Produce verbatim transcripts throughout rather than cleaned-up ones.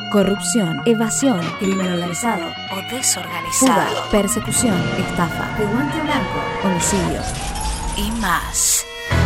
corrupción, evasión, crimen organizado o desorganizado, fuga, persecución, estafa, de guante blanco, homicidio y más.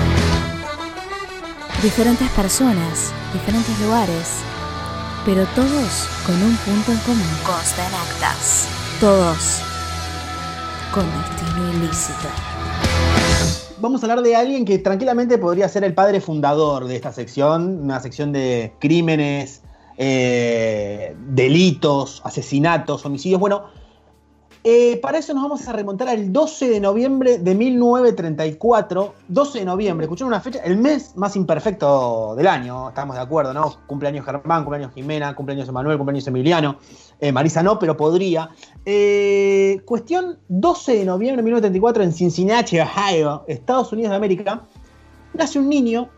Diferentes personas, diferentes lugares, pero todos con un punto en común. Consta en actas. Todos con destino ilícito. Vamos a hablar de alguien que tranquilamente podría ser el padre fundador de esta sección, una sección de crímenes, eh, delitos, asesinatos, homicidios. Bueno, eh, para eso nos vamos a remontar al doce de noviembre de mil novecientos treinta y cuatro. doce de noviembre, escucharon una fecha, el mes más imperfecto del año, estamos de acuerdo, ¿no? Cumpleaños Germán, cumpleaños Jimena, cumpleaños Emanuel, cumpleaños Emiliano. Eh, Marisa no, pero podría. Eh, cuestión doce de noviembre de mil novecientos treinta y cuatro en Cincinnati, Ohio, Estados Unidos de América, nace un niño,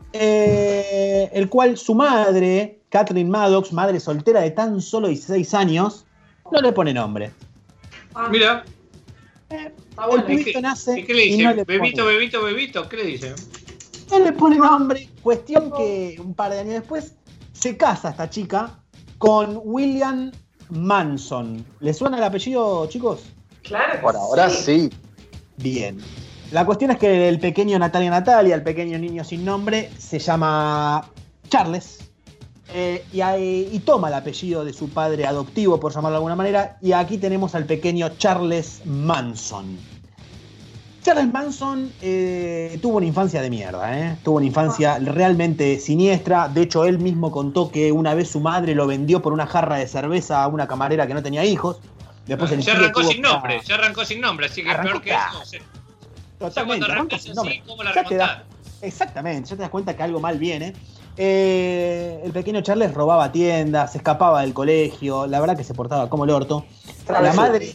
eh, el cual su madre, Catherine Maddox, madre soltera de tan solo dieciséis años, no le pone nombre. Ah, mira. Eh, ah, bueno. el pibito nace. ¿Y qué le dice? No le bebito, pone. bebito, bebito, ¿qué le dice? No le pone nombre. Cuestión que un par de años después se casa esta chica con William Manson. ¿Le suena el apellido, chicos? Claro. Por ahora sí. Bien. La cuestión es que el pequeño Natalia Natalia, el pequeño niño sin nombre, se llama Charles. Eh, y, hay, y toma el apellido de su padre adoptivo, por llamarlo de alguna manera. Y aquí tenemos al pequeño Charles Manson. Charles Manson eh, tuvo una infancia de mierda, ¿eh? Tuvo una infancia realmente siniestra. De hecho, él mismo contó que una vez su madre lo vendió por una jarra de cerveza a una camarera que no tenía hijos. Después el ya tío arrancó tuvo sin que- nombre, ya arrancó sin nombre, así que es Arrancó peor que claro. eso. Sí. Totalmente, Ya cuando arranca arrancas sin así, nombre. ¿cómo la Ya te das- remontás? Exactamente, ya te das cuenta que algo mal viene. Eh, el pequeño Charles robaba tiendas, se escapaba del colegio, la verdad que se portaba como el orto. La madre,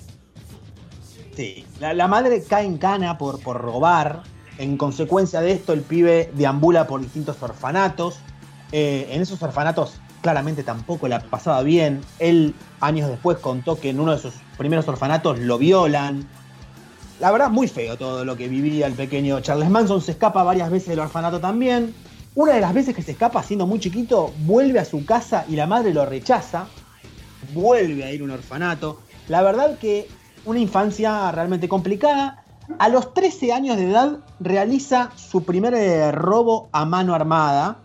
sí, la, la madre cae en cana por, por robar. En consecuencia de esto, el pibe deambula por distintos orfanatos. Eh, en esos orfanatos claramente tampoco la pasaba bien. Él, años después, contó que en uno de sus primeros orfanatos lo violan. La verdad, muy feo todo lo que vivía el pequeño Charles Manson. Se escapa varias veces del orfanato también. Una de las veces que se escapa, siendo muy chiquito, vuelve a su casa y la madre lo rechaza. Vuelve a ir a un orfanato. La verdad que una infancia realmente complicada. A los trece años de edad realiza su primer eh, robo a mano armada,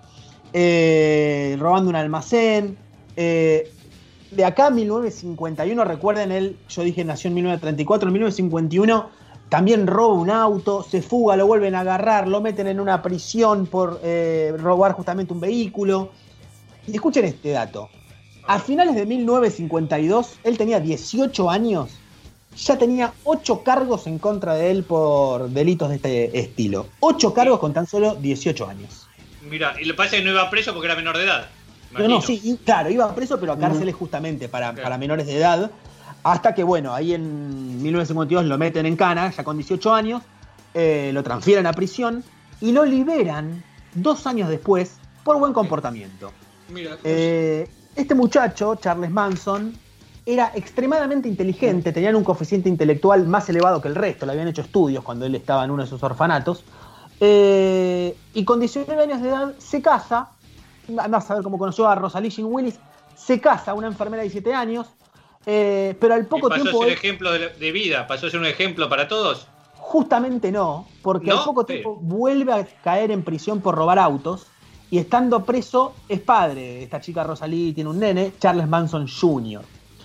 eh, robando un almacén. Eh, de acá, mil novecientos cincuenta y uno, recuerden, él, yo dije nació en mil novecientos treinta y cuatro, en mil novecientos cincuenta y uno también roba un auto, se fuga, lo vuelven a agarrar, lo meten en una prisión por eh, robar justamente un vehículo. Y escuchen este dato. A finales de mil novecientos cincuenta y dos, él tenía dieciocho años, ya tenía ocho cargos en contra de él por delitos de este estilo. ocho cargos con tan solo dieciocho años. Mira, y lo que pasa es que no iba preso porque era menor de edad. Pero no, sí, y, claro, iba preso, pero a cárceles justamente para, Claro. para menores de edad. Hasta que, bueno, ahí en mil novecientos cincuenta y dos lo meten en cana, ya con dieciocho años, eh, lo transfieren a prisión y lo liberan dos años después por buen comportamiento. Mira, Eh, este muchacho, Charles Manson, era extremadamente inteligente, tenían un coeficiente intelectual más elevado que el resto, le habían hecho estudios cuando él estaba en uno de esos orfanatos, eh, y con diecinueve años de edad se casa, andás a ver cómo conoció a Rosalie Jean Willis, se casa, una enfermera de diecisiete años, eh, pero al poco y pasó tiempo... a ser él- ejemplo de, de vida, pasó a ser un ejemplo para todos. Justamente no, porque ¿No? al poco Sí. tiempo vuelve a caer en prisión por robar autos y estando preso es padre. Esta chica Rosalie tiene un nene, Charles Manson junior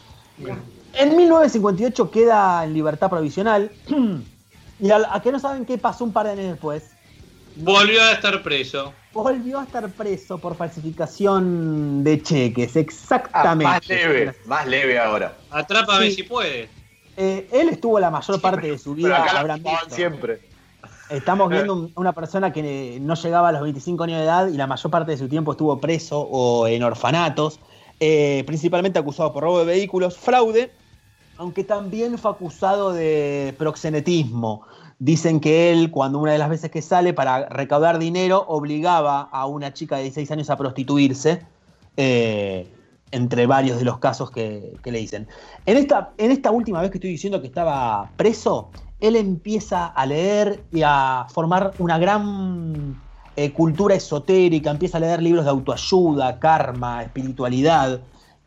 En mil novecientos cincuenta y ocho queda en libertad provisional y a, a que no saben qué pasó un par de años después, Volvió a estar preso. volvió a estar preso por falsificación de cheques, exactamente. Ah, más leve, más leve ahora. Atrápame Sí. si puede. Eh, él estuvo la mayor parte de su Pero vida, acá la habrán pasaban visto. siempre. Estamos viendo un- una persona que no llegaba a los veinticinco años de edad y la mayor parte de su tiempo estuvo preso o en orfanatos, eh, principalmente acusado por robo de vehículos, fraude, aunque también fue acusado de proxenetismo. Dicen que él, cuando una de las veces que sale para recaudar dinero, obligaba a una chica de dieciséis años a prostituirse, eh, entre varios de los casos que, que le dicen. En esta, en esta última vez que estoy diciendo que estaba preso, él empieza a leer y a formar una gran eh, cultura esotérica, empieza a leer libros de autoayuda, karma, espiritualidad,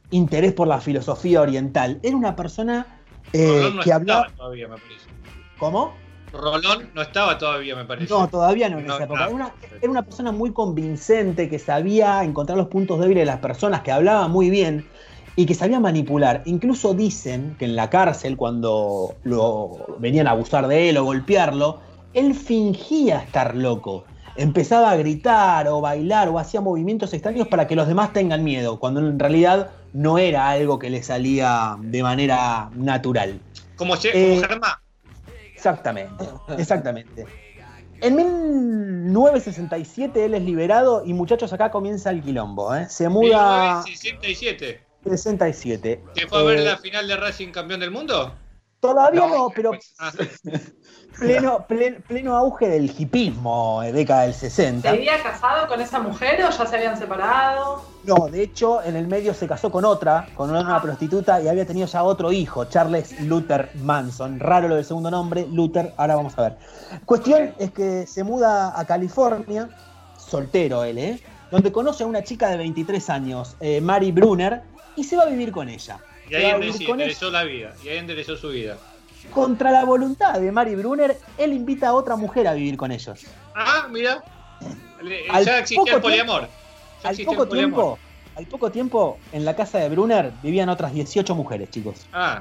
interés por la filosofía oriental. Era una persona eh, Rolón no que hablaba... estaba todavía, me parece. ¿Cómo? Rolón no estaba todavía, me parece. No, todavía no en No, esa época. ah, Era una, era una persona muy convincente, que sabía encontrar los puntos débiles de las personas, que hablaba muy bien y que sabía manipular. Incluso dicen que en la cárcel, cuando lo venían a abusar de él o golpearlo, él fingía estar loco. Empezaba a gritar o bailar o hacía movimientos extraños para que los demás tengan miedo, cuando en realidad no era algo que le salía de manera natural. Como, Eh, como Germán. Exactamente, exactamente. En mil novecientos sesenta y siete él es liberado y, muchachos, acá comienza el quilombo, ¿eh? Se muda... mil novecientos sesenta y siete. sesenta y siete. ¿Te fue a ver Eh, la final de Racing campeón del mundo? Todavía no, pero Ah, pleno, pleno, pleno auge del hipismo, eh, década del sesenta. ¿Seguía casado con esa mujer o ya se habían separado? No, de hecho, en el medio se casó con otra, con una prostituta, y había tenido ya otro hijo, Charles Luther Manson. Raro lo del segundo nombre, Luther, ahora vamos a ver. Cuestión es que se muda a California, soltero él, ¿eh? Donde conoce a una chica de veintitrés años, eh, Mary Brunner, y se va a vivir con ella. y Se ahí va a ende- vivir sí, con enderezó ella. la vida. Y ahí enderezó su vida. Contra la voluntad de Mary Brunner, él invita a otra mujer a vivir con ellos. Ah, mira. Le- Al ya existía poco el poliamor. Ya Al existía poco el poliamor. tiempo, al poco tiempo, en la casa de Brunner vivían otras dieciocho mujeres, chicos. Ah,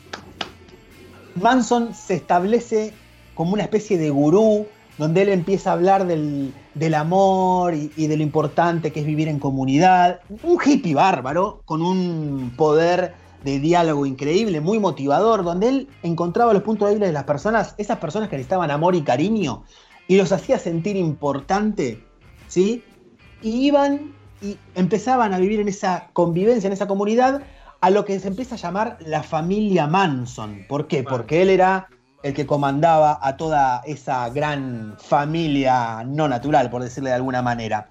Manson se establece como una especie de gurú, donde él empieza a hablar del, del amor y, y de lo importante que es vivir en comunidad. Un hippie bárbaro, con un poder de diálogo increíble, muy motivador, donde él encontraba los puntos débiles de las personas, esas personas que necesitaban amor y cariño, y los hacía sentir importante, ¿sí? Y iban y empezaban a vivir en esa convivencia, en esa comunidad, a lo que se empieza a llamar la familia Manson. ¿Por qué? Porque él era el que comandaba a toda esa gran familia no natural, por decirle de alguna manera.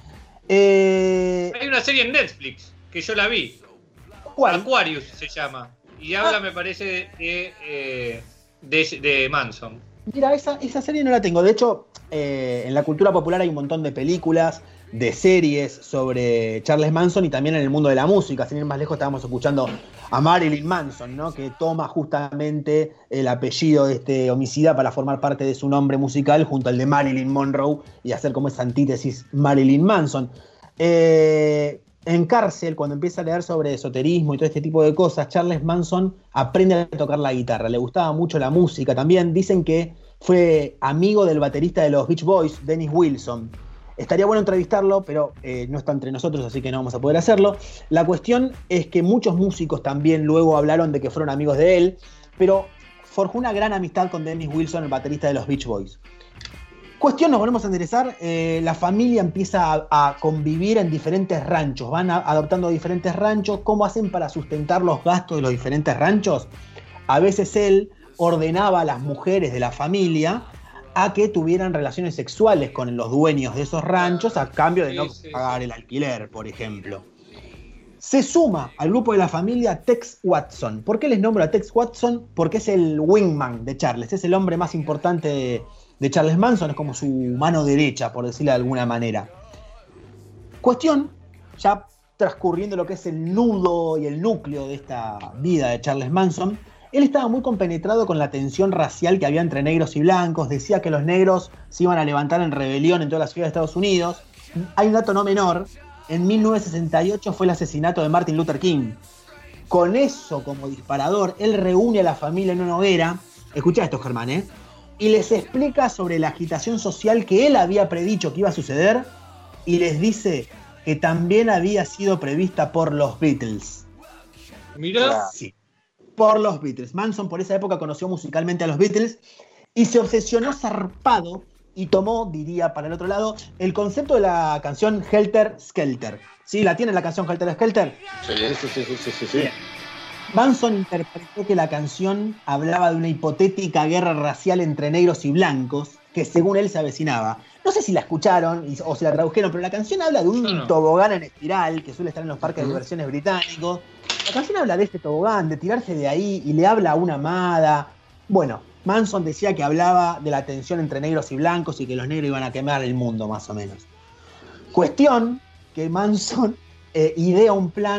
Eh, hay una serie en Netflix que yo la vi. ¿Cuál? Aquarius se llama. Y habla, me parece, de, eh, de, de Manson. Mira, esa, esa serie no la tengo. De hecho, eh, en la cultura popular hay un montón de películas, de series sobre Charles Manson, y también en el mundo de la música. Sin ir más lejos, estábamos escuchando a Marilyn Manson, ¿no? Que toma justamente el apellido de este homicida para formar parte de su nombre musical junto al de Marilyn Monroe y hacer como esa antítesis Marilyn Manson. Eh, en cárcel, cuando empieza a leer sobre esoterismo y todo este tipo de cosas, Charles Manson aprende a tocar la guitarra. Le gustaba mucho la música también. Dicen que fue amigo del baterista de los Beach Boys, Dennis Wilson. Estaría bueno entrevistarlo, pero eh, no está entre nosotros, así que no vamos a poder hacerlo. La cuestión es que muchos músicos también luego hablaron de que fueron amigos de él, pero forjó una gran amistad con Dennis Wilson, el baterista de los Beach Boys. Cuestión, nos volvemos a enderezar, eh, la familia empieza a, a convivir en diferentes ranchos, van a, adoptando diferentes ranchos. ¿Cómo hacen para sustentar los gastos de los diferentes ranchos? A veces él ordenaba a las mujeres de la familia a que tuvieran relaciones sexuales con los dueños de esos ranchos a cambio de no Sí, sí, pagar el alquiler, por ejemplo. Se suma al grupo de la familia Tex Watson. ¿Por qué les nombro a Tex Watson? Porque es el wingman de Charles, es el hombre más importante de, de Charles Manson, es como su mano derecha, por decirlo de alguna manera. Cuestión, ya transcurriendo lo que es el nudo y el núcleo de esta vida de Charles Manson, él estaba muy compenetrado con la tensión racial que había entre negros y blancos. Decía que los negros se iban a levantar en rebelión en todas las ciudades de Estados Unidos. Hay un dato no menor. En mil novecientos sesenta y ocho fue el asesinato de Martin Luther King. Con eso como disparador, él reúne a la familia en una hoguera. Escuchá esto, Germán, ¿eh? Y les explica sobre la agitación social que él había predicho que iba a suceder. Y les dice que también había sido prevista por los Beatles. Mirá. Sí. Por los Beatles. Manson por esa época conoció musicalmente a los Beatles y se obsesionó zarpado y tomó, diría para el otro lado, el concepto de la canción Helter Skelter. ¿Sí? ¿La tienen la canción Helter Skelter? Sí, sí, sí, sí, sí, sí, sí. Manson interpretó que la canción hablaba de una hipotética guerra racial entre negros y blancos que según él se avecinaba. No sé si la escucharon y- o si la tradujeron, pero la canción habla de un Yo no. tobogán en espiral que suele estar en los parques de Ujú. diversiones británicos. La canción habla de este tobogán, de tirarse de ahí, y le habla a una amada. Bueno, Manson decía que hablaba de la tensión entre negros y blancos y que los negros iban a quemar el mundo, más o menos. Cuestión que Manson eh, idea un plan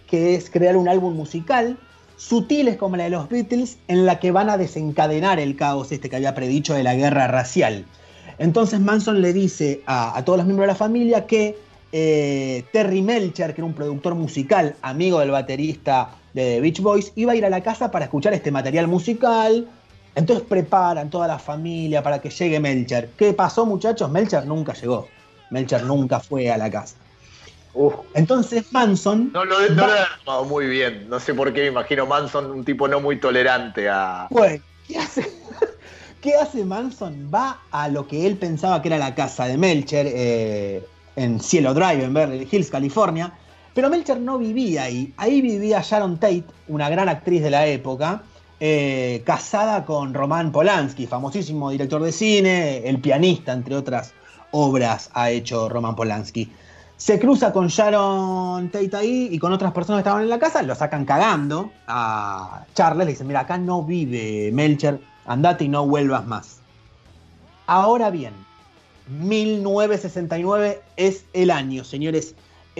que es crear un álbum musical, sutiles como la de los Beatles, en la que van a desencadenar el caos este que había predicho de la guerra racial. Entonces Manson le dice a, a todos los miembros de la familia que eh, Terry Melcher, que era un productor musical, amigo del baterista de The Beach Boys, iba a ir a la casa para escuchar este material musical. Entonces preparan toda la familia para que llegue Melcher. ¿Qué pasó, muchachos? Melcher nunca llegó. Melcher nunca fue a la casa. Uf. Entonces Manson... No, lo, no va... lo he armado muy bien. No sé por qué me imagino Manson un tipo no muy tolerante a... Bueno, ¿qué hace? ¿Qué hace Manson? Va a lo que él pensaba que era la casa de Melcher, eh, en Cielo Drive, en Beverly Hills, California. Pero Melcher no vivía ahí. Ahí vivía Sharon Tate, una gran actriz de la época, eh, casada con Roman Polanski, famosísimo director de cine, el pianista, entre otras obras ha hecho Roman Polanski. Se cruza con Sharon Tate ahí y con otras personas que estaban en la casa, lo sacan cagando a Charles, le dicen, mira, acá no vive Melcher, andate y no vuelvas más. Ahora bien, mil novecientos sesenta y nueve es el año, señores.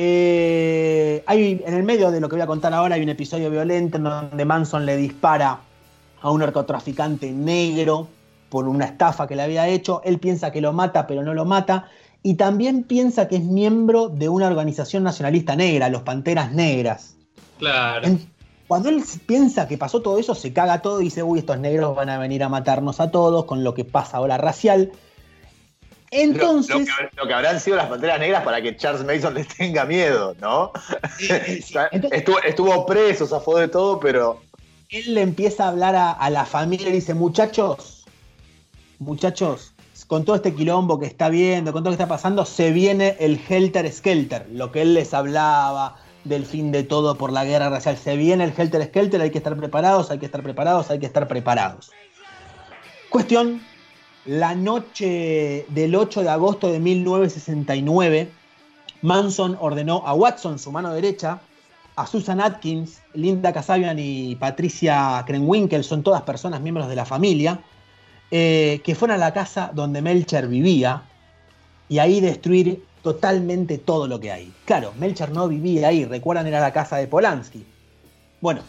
Eh, hay, en el medio de lo que voy a contar ahora hay un episodio violento en donde Manson le dispara a un narcotraficante negro por una estafa que le había hecho. Él piensa que lo mata, pero no lo mata. Y también piensa que es miembro de una organización nacionalista negra, los Panteras Negras. Claro. En, cuando él piensa que pasó todo eso, se caga todo y dice, uy, estos negros van a venir a matarnos a todos con lo que pasa ahora racial. Entonces... Lo, lo, que, lo que habrán sido las Panteras Negras para que Charles Manson les tenga miedo, ¿no? Sí, sí, sí. Entonces, estuvo, estuvo preso, zafó de todo, pero... Él le empieza a hablar a, a la familia y dice, muchachos, muchachos, con todo este quilombo que está viendo, con todo lo que está pasando, se viene el Helter Skelter, lo que él les hablaba del fin de todo por la guerra racial. Se viene el Helter Skelter, hay que estar preparados, hay que estar preparados, hay que estar preparados. Cuestión, la noche del ocho de agosto de mil novecientos sesenta y nueve, Manson ordenó a Watson, su mano derecha, a Susan Atkins, Linda Kasabian y Patricia Krenwinkel, son todas personas miembros de la familia, eh, que fueron a la casa donde Melcher vivía y ahí destruir totalmente todo lo que hay. Claro, Melcher no vivía ahí, recuerdan, era la casa de Polanski. Bueno,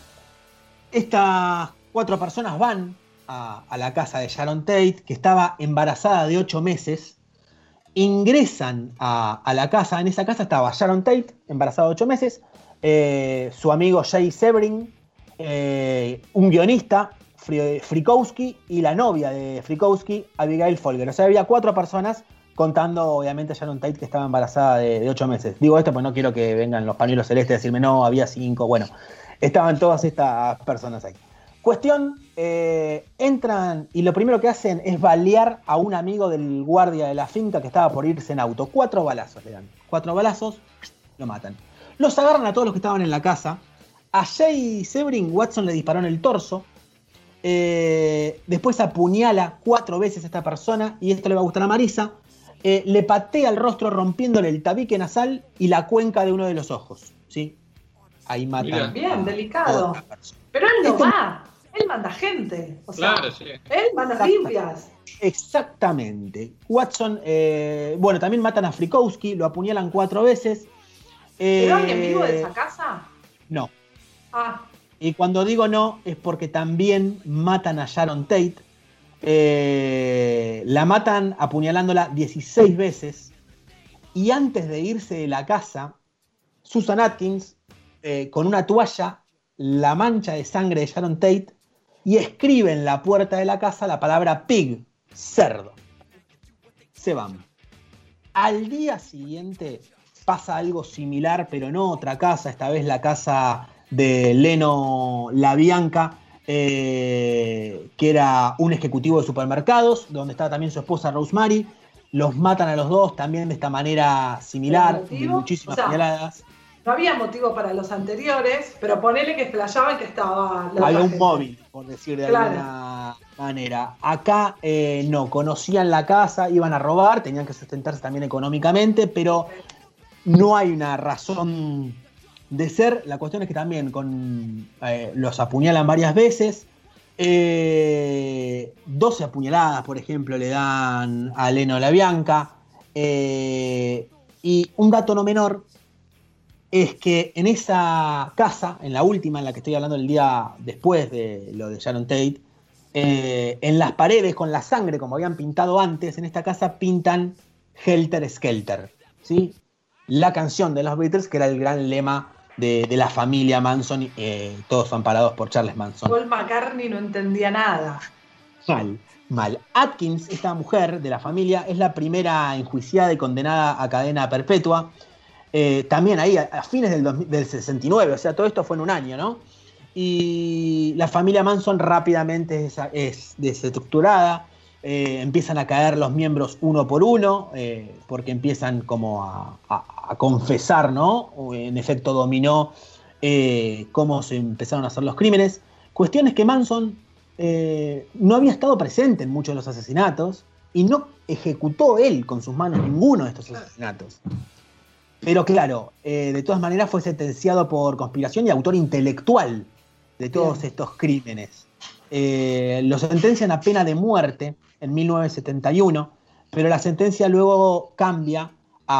estas cuatro personas van a, a la casa de Sharon Tate, que estaba embarazada de ocho meses, ingresan a, a la casa. En esa casa estaba Sharon Tate, embarazada de ocho meses, Eh, su amigo Jay Severin, eh, un guionista, Frykowski, y la novia de Frykowski, Abigail Folger. O sea, había cuatro personas, contando obviamente a Sharon Tate, que estaba embarazada de, de ocho meses. Digo esto porque no quiero que vengan los pañuelos celestes a decirme, no, había cinco. Bueno, estaban todas estas personas ahí. Cuestión, eh, entran y lo primero que hacen es balear a un amigo del guardia de la finca que estaba por irse en auto. Cuatro balazos le dan. Cuatro balazos, lo matan. Los agarran a todos los que estaban en la casa. A Jay Severin, Watson le disparó en el torso. Eh, después apuñala cuatro veces a esta persona, y esto le va a gustar a Marisa. Eh, le patea el rostro rompiéndole el tabique nasal y la cuenca de uno de los ojos. ¿Sí? Ahí matan. Bien, delicado. Pero él no este... va. Él manda gente. O sea, claro, sí. Él manda limpias. Exactamente. Watson, eh, bueno, también matan a Frykowski, lo apuñalan cuatro veces. ¿Pero alguien vivo de esa casa? No. Ah. Y cuando digo no, es porque también matan a Sharon Tate. Eh, la matan apuñalándola dieciséis veces. Y antes de irse de la casa, Susan Atkins, eh, con una toalla, la mancha de sangre de Sharon Tate y escribe en la puerta de la casa la palabra pig, cerdo. Se van. Al día siguiente pasa algo similar, pero en otra casa, esta vez la casa de Leno LaBianca, eh, que era un ejecutivo de supermercados, donde estaba también su esposa Rosemary. Los matan a los dos también de esta manera similar, de muchísimas o sea, puñaladas. No había motivo para los anteriores, pero ponele que flasheaban que estaba... La había un gente. móvil, por decir de claro. alguna manera. Acá eh, no, conocían la casa, iban a robar, tenían que sustentarse también económicamente, pero no hay una razón de ser. La cuestión es que también con, eh, los apuñalan varias veces. Eh, doce apuñaladas, por ejemplo, le dan a Leno LaBianca. Eh, y un dato no menor, es que en esa casa, en la última, en la que estoy hablando el día después de lo de Sharon Tate, eh, en las paredes con la sangre, como habían pintado antes, en esta casa pintan Helter Skelter, ¿sí? La canción de los Beatles, que era el gran lema de, de la familia Manson, eh, todos amparados por Charles Manson. Paul McCartney no entendía nada. Mal, mal. Atkins, esta mujer de la familia, es la primera enjuiciada y condenada a cadena perpetua. Eh, también ahí, a, a fines del, dos mil, del sesenta y nueve, o sea, todo esto fue en un año, ¿no? Y la familia Manson rápidamente es, es desestructurada, eh, empiezan a caer los miembros uno por uno, eh, porque empiezan como a, a, a confesar, ¿no? En efecto dominó eh, cómo se empezaron a hacer los crímenes. Cuestiones que Manson eh, no había estado presente en muchos de los asesinatos y no ejecutó él con sus manos ninguno de estos asesinatos. Pero claro, eh, de todas maneras fue sentenciado por conspiración y autor intelectual de todos Bien. estos crímenes. Eh, lo sentencian a pena de muerte en mil novecientos setenta y uno, pero la sentencia luego cambia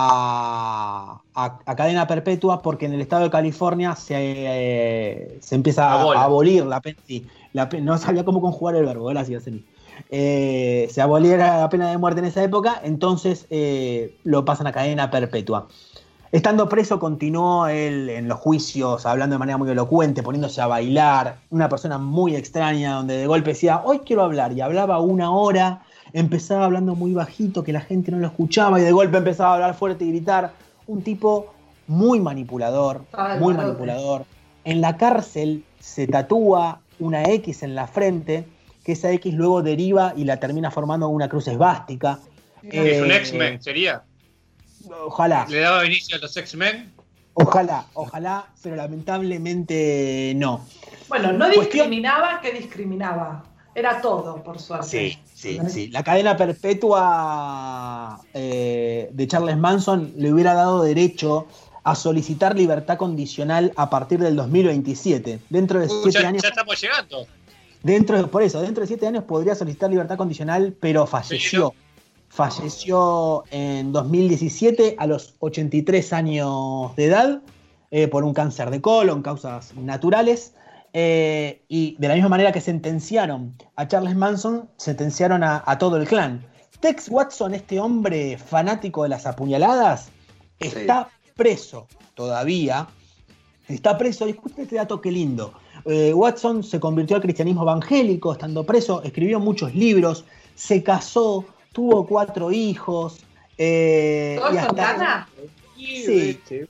a, a, a cadena perpetua porque en el estado de California se, eh, se empieza a, a abolir la pena. Sí, la pena, no sabía cómo conjugar el verbo, gracias, Eli. Eh, se aboliera la pena de muerte en esa época, entonces eh, lo pasan a cadena perpetua. Estando preso continuó él en los juicios hablando de manera muy elocuente, poniéndose a bailar, una persona muy extraña donde de golpe decía, hoy quiero hablar, y hablaba una hora, empezaba hablando muy bajito que la gente no lo escuchaba y de golpe empezaba a hablar fuerte y gritar, un tipo muy manipulador, Ay, muy marote. manipulador. En la cárcel se tatúa una X en la frente, que esa X luego deriva y la termina formando una cruz esvástica. Es eh, un X-Men, ¿sería? Ojalá. ¿Le daba inicio a los X-Men? Ojalá, ojalá, pero lamentablemente no. Bueno, no discriminaba, que discriminaba. Era todo, por suerte. Sí, sí, ¿no? sí. La cadena perpetua eh, de Charles Manson le hubiera dado derecho a solicitar libertad condicional a partir del dos mil veintisiete. Dentro de uh, siete ya, años. Ya estamos llegando. Dentro de, por eso, dentro de siete años podría solicitar libertad condicional, pero falleció. Pero... Falleció en dos mil diecisiete a los ochenta y tres años de edad eh, por un cáncer de colon, causas naturales. Eh, y de la misma manera que sentenciaron a Charles Manson, sentenciaron a, a todo el clan. Tex Watson, este hombre fanático de las apuñaladas, está sí. preso todavía. Está preso, y escuchen este dato qué lindo. Eh, Watson se convirtió al cristianismo evangélico estando preso, escribió muchos libros, se casó, tuvo cuatro hijos. Eh, ¿Todos y hasta, con Tana? Sí, sí.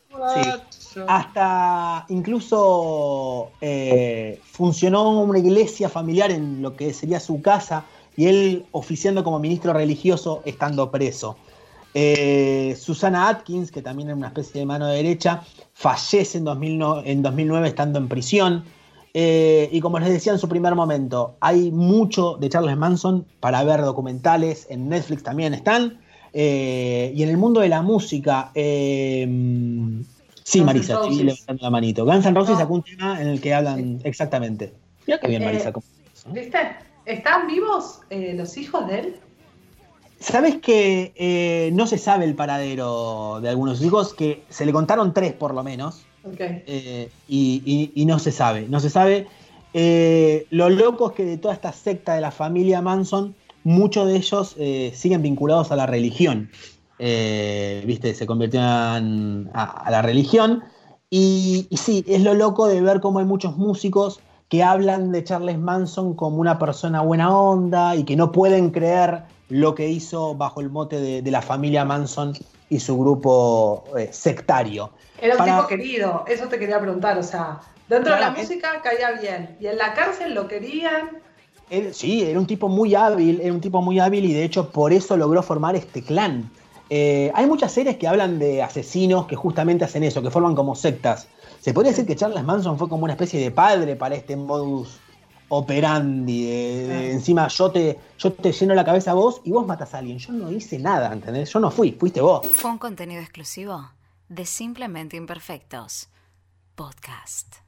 Hasta incluso eh, funcionó una iglesia familiar en lo que sería su casa y él oficiando como ministro religioso estando preso. Eh, Susana Atkins, que también era una especie de mano derecha, fallece en dos mil nueve, en dos mil nueve estando en prisión. Eh, y como les decía en su primer momento, hay mucho de Charles Manson para ver documentales, en Netflix también están, eh, y en el mundo de la música, eh, sí, Marisa, estoy levantando la manito. Guns N' Roses no. sacó un tema en el que hablan sí. exactamente. Mira qué bien, Marisa. Eh, ¿Viste? ¿Están vivos eh, los hijos de él? ¿Sabes que eh, no se sabe el paradero de algunos hijos? Que se le contaron tres por lo menos. Okay. Eh, y, y, y no se sabe, no se sabe. Eh, lo loco es que de toda esta secta de la familia Manson, muchos de ellos eh, siguen vinculados a la religión. Eh, ¿Viste? Se convirtieron a, a la religión. Y, y sí, es lo loco de ver cómo hay muchos músicos que hablan de Charles Manson como una persona buena onda y que no pueden creer lo que hizo bajo el mote de, de la familia Manson y su grupo eh, sectario. Era un Para... tipo querido, eso te quería preguntar, o sea, dentro claro, de la música él... caía bien, y en la cárcel lo querían. Él, sí, era un tipo muy hábil, era un tipo muy hábil y de hecho por eso logró formar este clan. Eh, hay muchas series que hablan de asesinos que justamente hacen eso, que forman como sectas. Se podría decir que Charles Manson fue como una especie de padre para este modus operandi, de, de, encima yo te, yo te lleno la cabeza a vos y vos matas a alguien. Yo no hice nada, ¿entendés? Yo no fui, fuiste vos. Fue un contenido exclusivo de Simplemente Imperfectos Podcast.